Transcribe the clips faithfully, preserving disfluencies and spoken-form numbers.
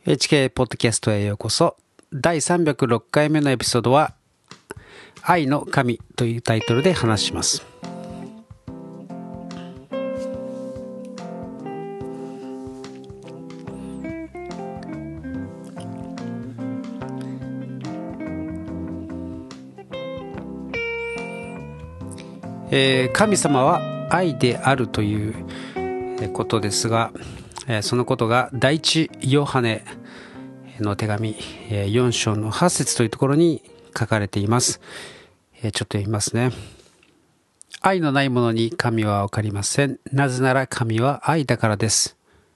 エイチケー ポッドキャストへようこそ。だいさんびゃくろっかいめのエピソードは愛の神というタイトルで話します。えー、神様は愛であるということですが、そのことが第一ヨハネの手紙よん章のはち節というところに書かれています。ちょっと読みますね。愛のないものに神はわかりません。なぜなら神は愛だからです。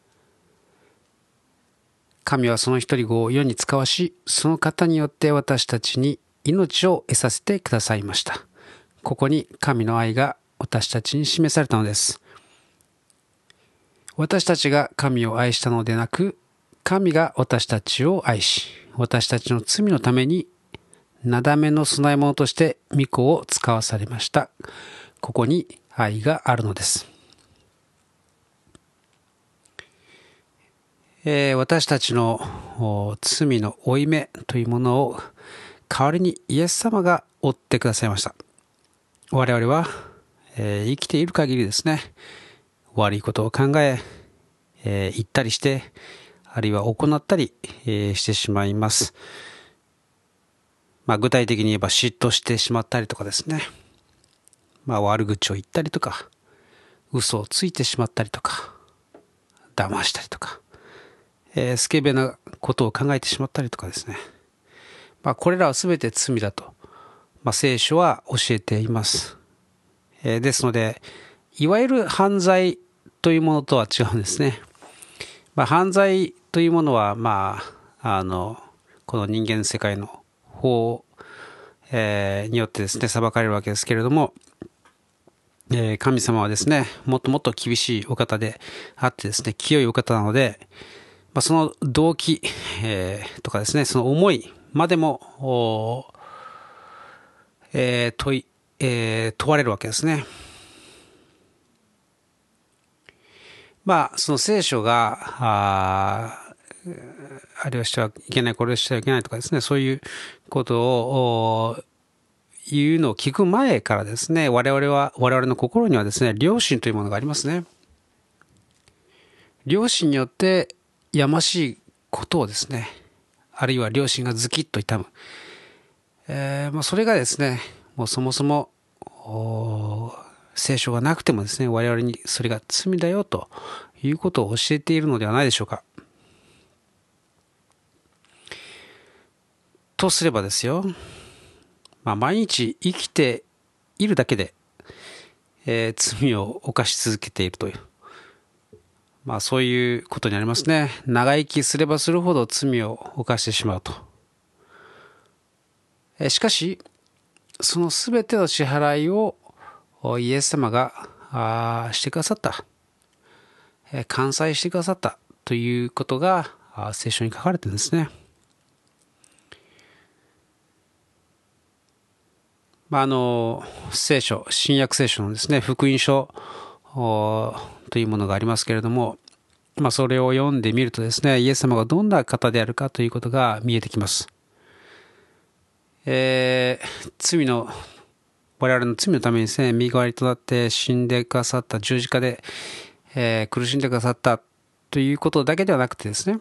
神はその一人子を世に使わし、その方によって私たちに命を得させてくださいました。ここに神の愛が私たちに示されたのです。私たちが神を愛したのでなく、神が私たちを愛し、私たちの罪のために、なだめの供え物として御子を使わされました。ここに愛があるのです。えー、私たちの罪の負い目というものを代わりにイエス様が負ってくださいました。我々は、えー、生きている限りですね、悪いことを考ええー、言ったりして、あるいは行ったり、えー、してしまいます。まあ、具体的に言えば嫉妬してしまったりとかですね。まあ、悪口を言ったりとか、嘘をついてしまったりとか、騙したりとか、えー、スケベなことを考えてしまったりとかですね。まあ、これらは全て罪だと、まあ、聖書は教えています。えー、ですので、いわゆる犯罪というものとは違うんですね。まあ、犯罪というものは、まあ、あのこの人間世界の法、えー、によってですね裁かれるわけですけれども、えー、神様はですねもっともっと厳しいお方であってですね清いお方なので、まあ、その動機、えー、とかですねその思いまでも、えー問いえー、問われるわけですね。まあ、その聖書が、ああれをしてはいけない、これをしてはいけないとかですね、そういうことを言うのを聞く前からですね、我々は、我々の心にはですね、良心というものがありますね。良心によってやましいことをですね、あるいは良心がズキッと痛む。えーまあ、それがですね、もうそもそも、聖書がなくてもですね、我々にそれが罪だよということを教えているのではないでしょうか。とすればですよ、まあ、毎日生きているだけで、えー、罪を犯し続けているという、まあ、そういうことになりますね。長生きすればするほど罪を犯してしまうと。えー、しかし、そのすべての支払いをイエス様があしてくださった、えー、完済してくださったということが聖書に書かれているんですね。まあ、あの聖書、新約聖書のですね福音書というものがありますけれども、まあ、それを読んでみるとですねイエス様がどんな方であるかということが見えてきます。えー、罪の我々の罪のためにですね身代わりとなって死んでくださった十字架で、えー、苦しんでくださったということだけではなくてですね、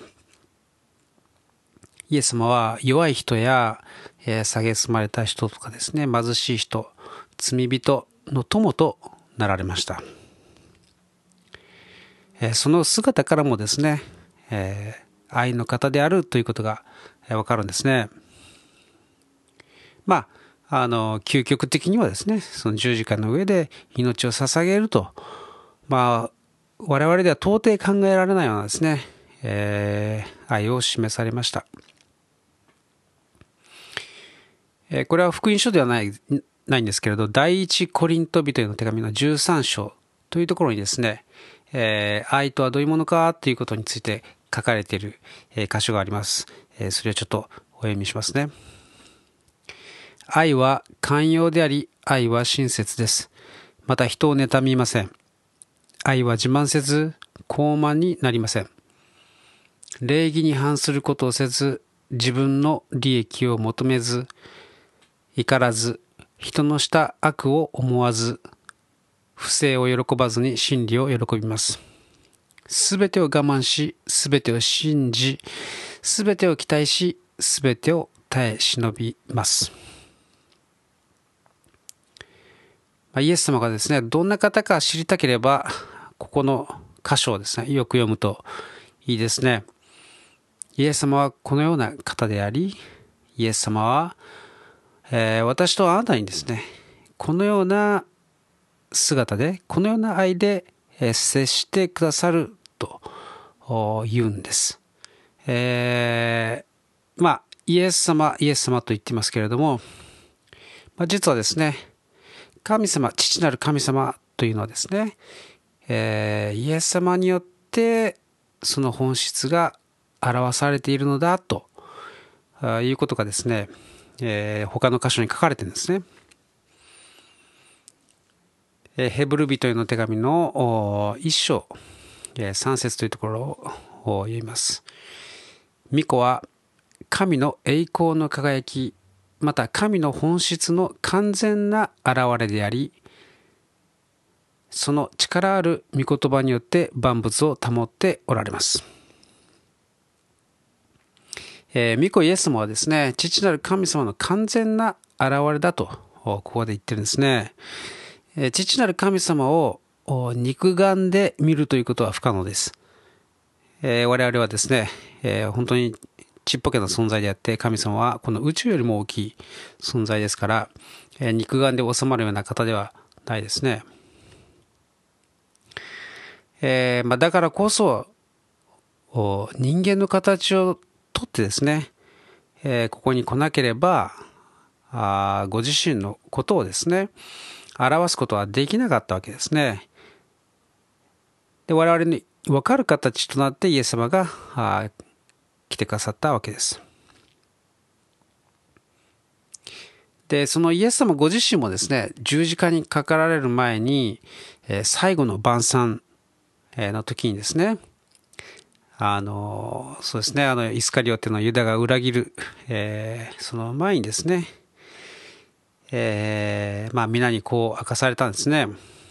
イエス様は弱い人や、えー、蔑まれた人とかですね貧しい人、罪人の友となられました。えー、その姿からもですね、えー、愛の方であるということがわかるんですね。まあ、あの究極的にはですねその十字架の上で命を捧げると、まあ我々では到底考えられないようなですね、えー、愛を示されました。えー、これは福音書ではないないんですけれど、第一コリント人への手紙のじゅうさん章というところにですね、えー、愛とはどういうものかということについて書かれている、えー、箇所があります。えー、それをちょっとお読みしますね。愛は寛容であり、愛は親切です。また人を妬みません。愛は自慢せず、傲慢になりません。 礼儀に反することをせず、自分の利益を求めず、怒らず、人のした悪を思わず、不正を喜ばずに真理を喜びます。すべてを我慢し、すべてを信じ、すべてを期待し、すべてを耐え忍びます。まあ、イエス様がですね、どんな方か知りたければ、ここの箇所をですね、よく読むといいですね。イエス様はこのような方であり、イエス様は、えー、私とあなたにですね、このような姿で、このような愛で、えー、接してくださると言うんです。えー、まあ、イエス様、イエス様と言っていますけれども、まあ、実はですね、神様、父なる神様というのはですね、えー、イエス様によってその本質が表されているのだということがですね、えー、他の箇所に書かれてるんですね。えー、ヘブル人への手紙の一章、えー、三節というところを読みます。御子は神の栄光の輝き、また神の本質の完全な現れであり、その力ある御言葉によって万物を保っておられます。えー、御子イエス様はですね、父なる神様の完全な現れだとここで言ってるんですね。えー、父なる神様を肉眼で見るということは不可能です。えー、我々はですね、えー、本当にちっぽけな存在であって、神様はこの宇宙よりも大きい存在ですから、えー、肉眼で収まるような方ではないですね。えーまあ、だからこそ人間の形をとってですね、えー、ここに来なければあご自身のことをですね表すことはできなかったわけですね。で我々に分かる形となってイエス様があ来てくださったわけです。でそのイエス様ご自身もですね十字架にかかられる前に、えー、最後の晩餐の時にですね、あのそうですねあのイスカリオテのユダが裏切る、えー、その前にですね、えー、まあ皆にこう明かされたんですね。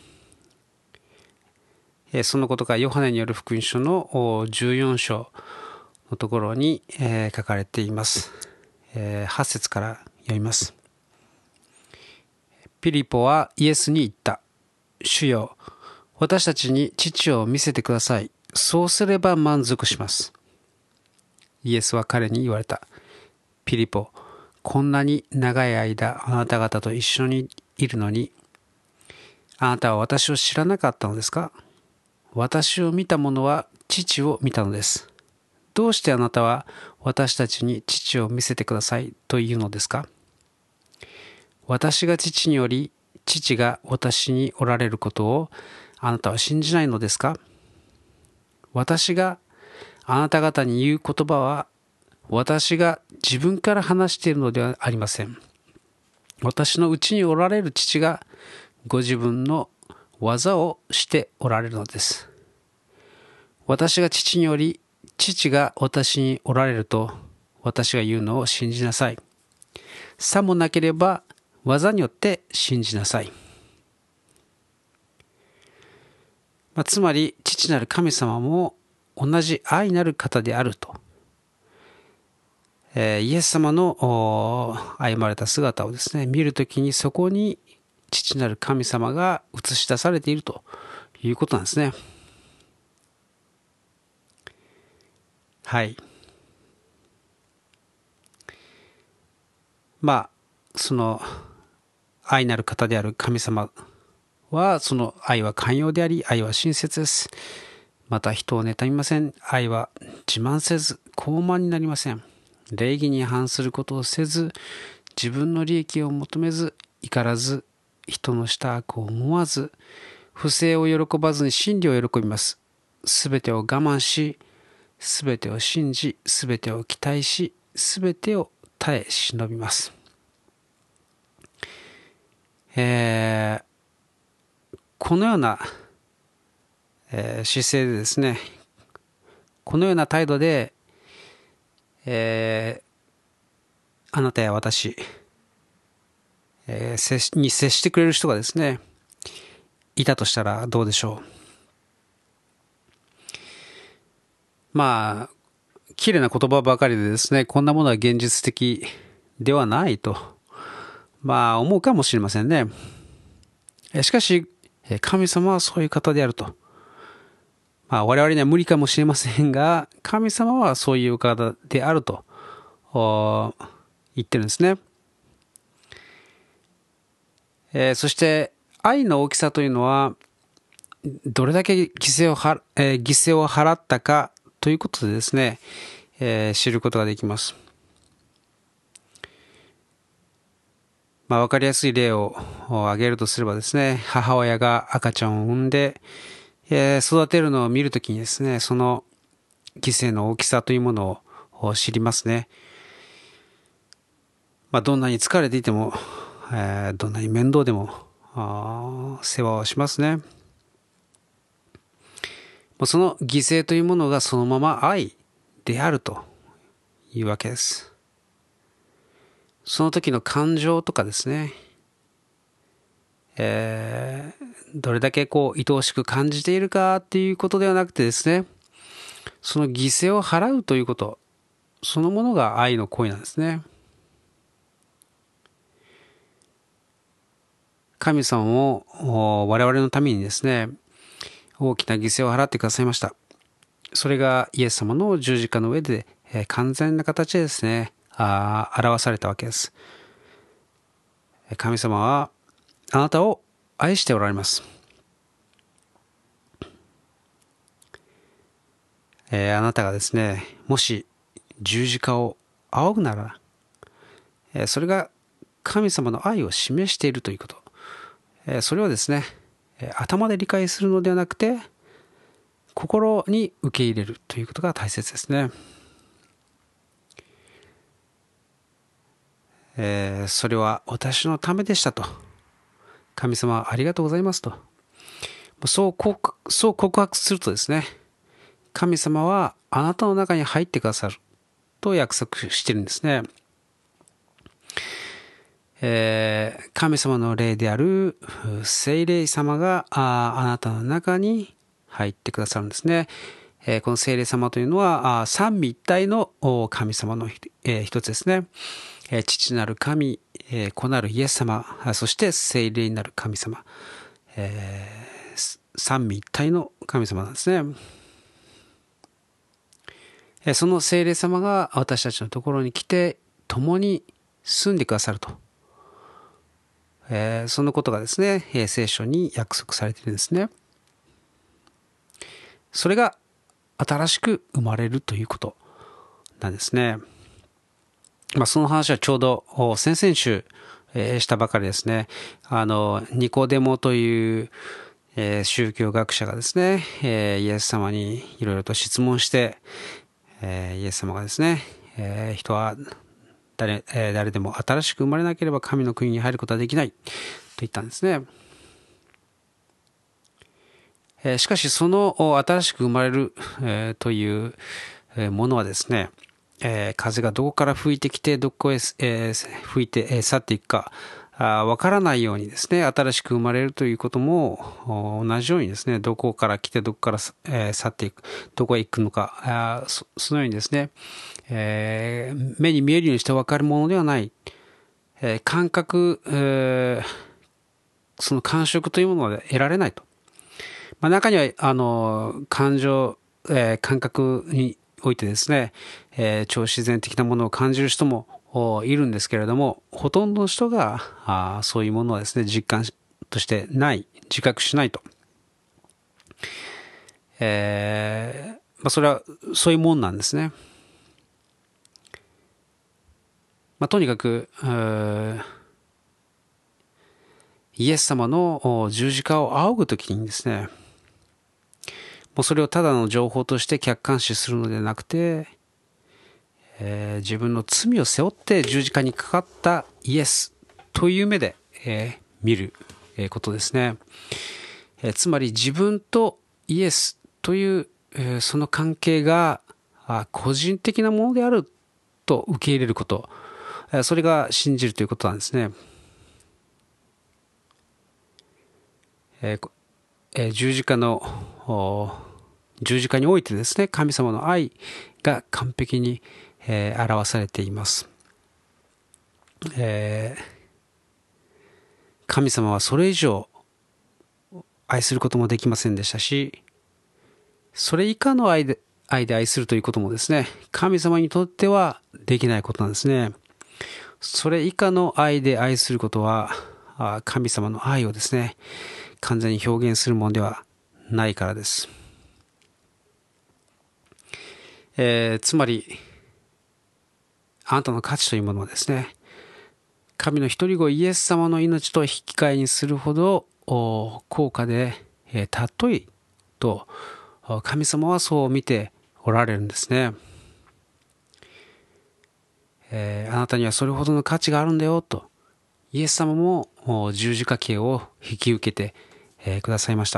えー、そのことがヨハネによる福音書のじゅうよん章のところに、えー、書かれています。えー、はち節から読みます。ピリポはイエスに言った。主よ、私たちに父を見せてください。そうすれば満足します。イエスは彼に言われた。ピリポ、こんなに長い間あなた方と一緒にいるのに、あなたは私を知らなかったのですか？私を見た者は父を見たのです。どうしてあなたは私たちに父を見せてくださいというのですか？私が父により、父が私におられることをあなたは信じないのですか？私があなた方に言う言葉は、私が自分から話しているのではありません。私のうちにおられる父がご自分の技をしておられるのです。私が父により、父が私におられると私が言うのを信じなさい。さもなければ技によって信じなさい。まあ、つまり父なる神様も同じ愛なる方であると、えー、イエス様の歩まれた姿をですね見るときに、そこに父なる神様が映し出されているということなんですね。はい。まあその愛なる方である神様は、その愛は寛容であり、愛は親切です。また人を妬みません。愛は自慢せず傲慢になりません。礼儀に反することをせず、自分の利益を求めず、怒らず、人のした悪を思わず、不正を喜ばずに真理を喜びます。すべてを我慢し、すべてを信じ、すべてを期待し、すべてを耐え忍びます。えー、このような、えー、姿勢でですね、このような態度でえー、あなたや私、えー、接しに接してくれる人がですね、いたとしたらどうでしょう。まあ、綺麗な言葉ばかりでですね、こんなものは現実的ではないと、まあ思うかもしれませんね。しかし、神様はそういう方であると。まあ我々には無理かもしれませんが、神様はそういう方であると言ってるんですね。えー、そして愛の大きさというのは、どれだけ犠牲をは、えー、犠牲を払ったかということでですね、えー、知ることができます。まあ、わかりやすい例を挙げるとすればですね、母親が赤ちゃんを産んで、えー、育てるのを見るときにですね、その犠牲の大きさというものを知りますね。まあ、どんなに疲れていても、えー、どんなに面倒でも世話をしますね。その犠牲というものがそのまま愛であるというわけです。その時の感情とかですね、えー、どれだけこう愛おしく感じているかっていうことではなくてですね、その犠牲を払うということ、そのものが愛の行為なんですね。神様も我々のためにですね、大きな犠牲を払ってくださいました。それがイエス様の十字架の上で、えー、完全な形でですね、あ表されたわけです。神様はあなたを愛しておられます。えー、あなたがですね、もし十字架を仰ぐなら、えー、それが神様の愛を示しているということ。えー、それをですね、頭で理解するのではなくて、心に受け入れるということが大切ですね。えー、それは私のためでしたと。神様ありがとうございますと。そう告、そう告白するとですね、神様はあなたの中に入ってくださると約束しているんですね。えー、神様の霊である聖霊様が あ, あなたの中に入ってくださるんですね。えー、この聖霊様というのはあ三位一体の神様の、えー、一つですね。えー、父なる神、えー、子なるイエス様、そして聖霊なる神様、えー、三位一体の神様なんですね。えー、その聖霊様が私たちのところに来て共に住んでくださると。えー、そのことがですね、えー、聖書に約束されているんですね。それが新しく生まれるということなんですね。まあ、その話はちょうど先々週、えー、したばかりですね。あのニコデモという、えー、宗教学者がですね、えー、イエス様にいろいろと質問して、えー、イエス様がですね、えー、人は誰、えー、誰でも新しく生まれなければ神の国に入ることはできないと言ったんですね。えー、しかしその新しく生まれる、えー、というものはですね、えー、風がどこから吹いてきてどこへ、えー、吹いて、えー、去っていくかわからないようにですね、新しく生まれるということも同じようにですね、どこから来てどこから、えー、去っていく、どこへ行くのか、あ そ, そのようにですね、えー、目に見えるようにして分かるものではない、えー、感覚、えー、その感触というものは得られないと。まあ、中にはあの感情、えー、感覚においてですね、えー、超自然的なものを感じる人もいるんですけれども、ほとんどの人があそういうものはですね、実感としてない、自覚しないと。えーまあ、それはそういうもんなんですね。まあ、とにかくイエス様の十字架を仰ぐときにですね、もうそれをただの情報として客観視するのではなくて、えー、自分の罪を背負って十字架にかかったイエスという目で、えー、見る、えー、ことですね。えー、つまり自分とイエスという、えー、その関係が個人的なものであると受け入れること、それが信じるということなんですね。えーえー、十字架の十字架においてですね、神様の愛が完璧に、えー、表されています。えー、神様はそれ以上愛することもできませんでしたし、それ以下の愛で愛で愛するということもですね、神様にとってはできないことなんですね。それ以下の愛で愛することは、神様の愛をですね、完全に表現するものではないからです。えー、つまり、あなたの価値というものはですね、神の一人子イエス様の命と引き換えにするほど高価で、えー、尊いと神様はそう見ておられるんですね。えー、あなたにはそれほどの価値があるんだよと、イエス様も十字架刑を引き受けて、えー、くださいました。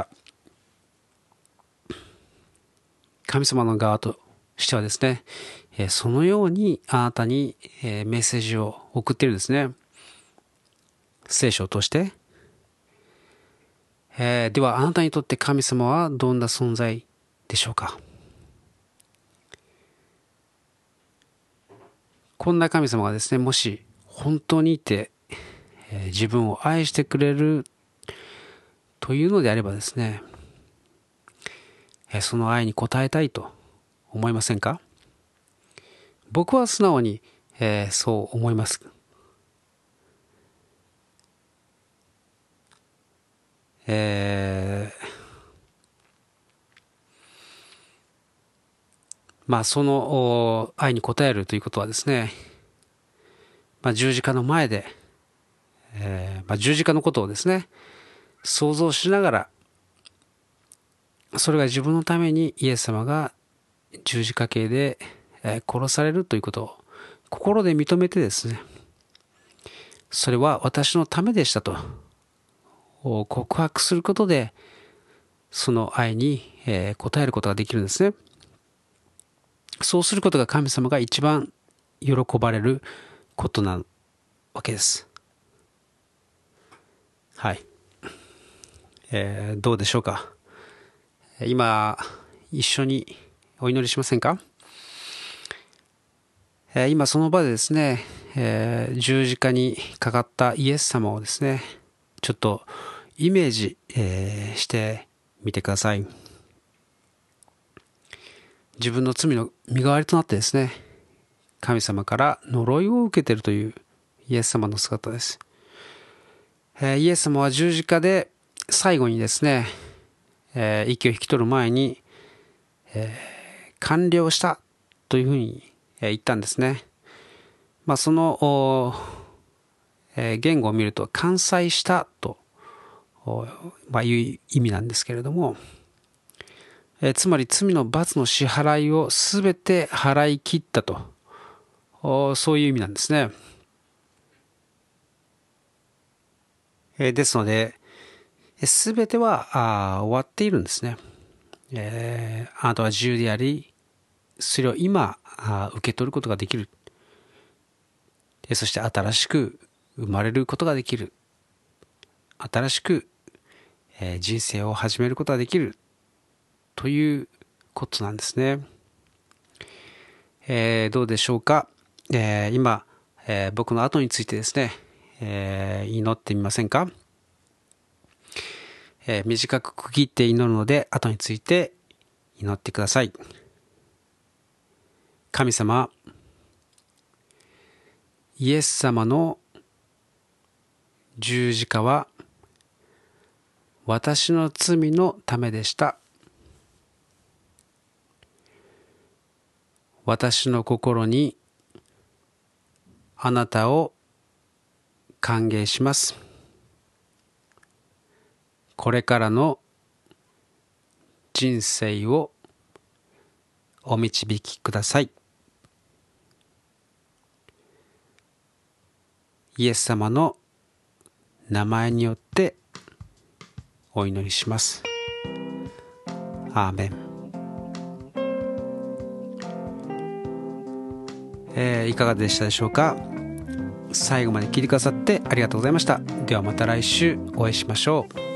神様の側としてはですね、えー、そのようにあなたに、えー、メッセージを送っているんですね。聖書を通して。えー、ではあなたにとって神様はどんな存在でしょうか。こんな神様がですね、もし本当にいて、えー、自分を愛してくれるというのであればですね、えー、その愛に応えたいと思いませんか。僕は素直に、えー、そう思います。えー、まあその愛に応えるということはですね、まあ、十字架の前で、えーまあ、十字架のことをですね想像しながら、それが自分のためにイエス様が十字架刑で殺されるということを心で認めてですね、それは私のためでしたと告白することで、その愛に応えることができるんですね。そうすることが神様が一番喜ばれることなわけです。はい、えー、どうでしょうか。今一緒にお祈りしませんか。えー、今その場でですね、えー、十字架にかかったイエス様をですね、ちょっとイメージ、えー、してみてください。自分の罪の身代わりとなってですね、神様から呪いを受けているというイエス様の姿です。えー、イエス様は十字架で最後にですね、えー、息を引き取る前に、えー、完了したというふうに言ったんですね。まあ、その、えー、言語を見ると完済したと、まあ、いう意味なんですけれども、えー、つまり罪の罰の支払いをすべて払い切ったと、そういう意味なんですね。えー、ですので、すべてはあ終わっているんですね。えー、あなたは自由であり、それを今あ受け取ることができる。そして新しく生まれることができる。新しく、えー、人生を始めることができるということなんですね。えー、どうでしょうか。えー、今、えー、僕の後についてですね、えー、祈ってみませんか。えー、短く区切って祈るので、後について祈ってください。神様、イエス様の十字架は私の罪のためでした。私の心にあなたを歓迎します。これからの人生をお導きください。イエス様の名前によってお祈りします。アーメン。 えー、いかがでしたでしょうか。最後まで聞いてくださってありがとうございました。ではまた来週お会いしましょう。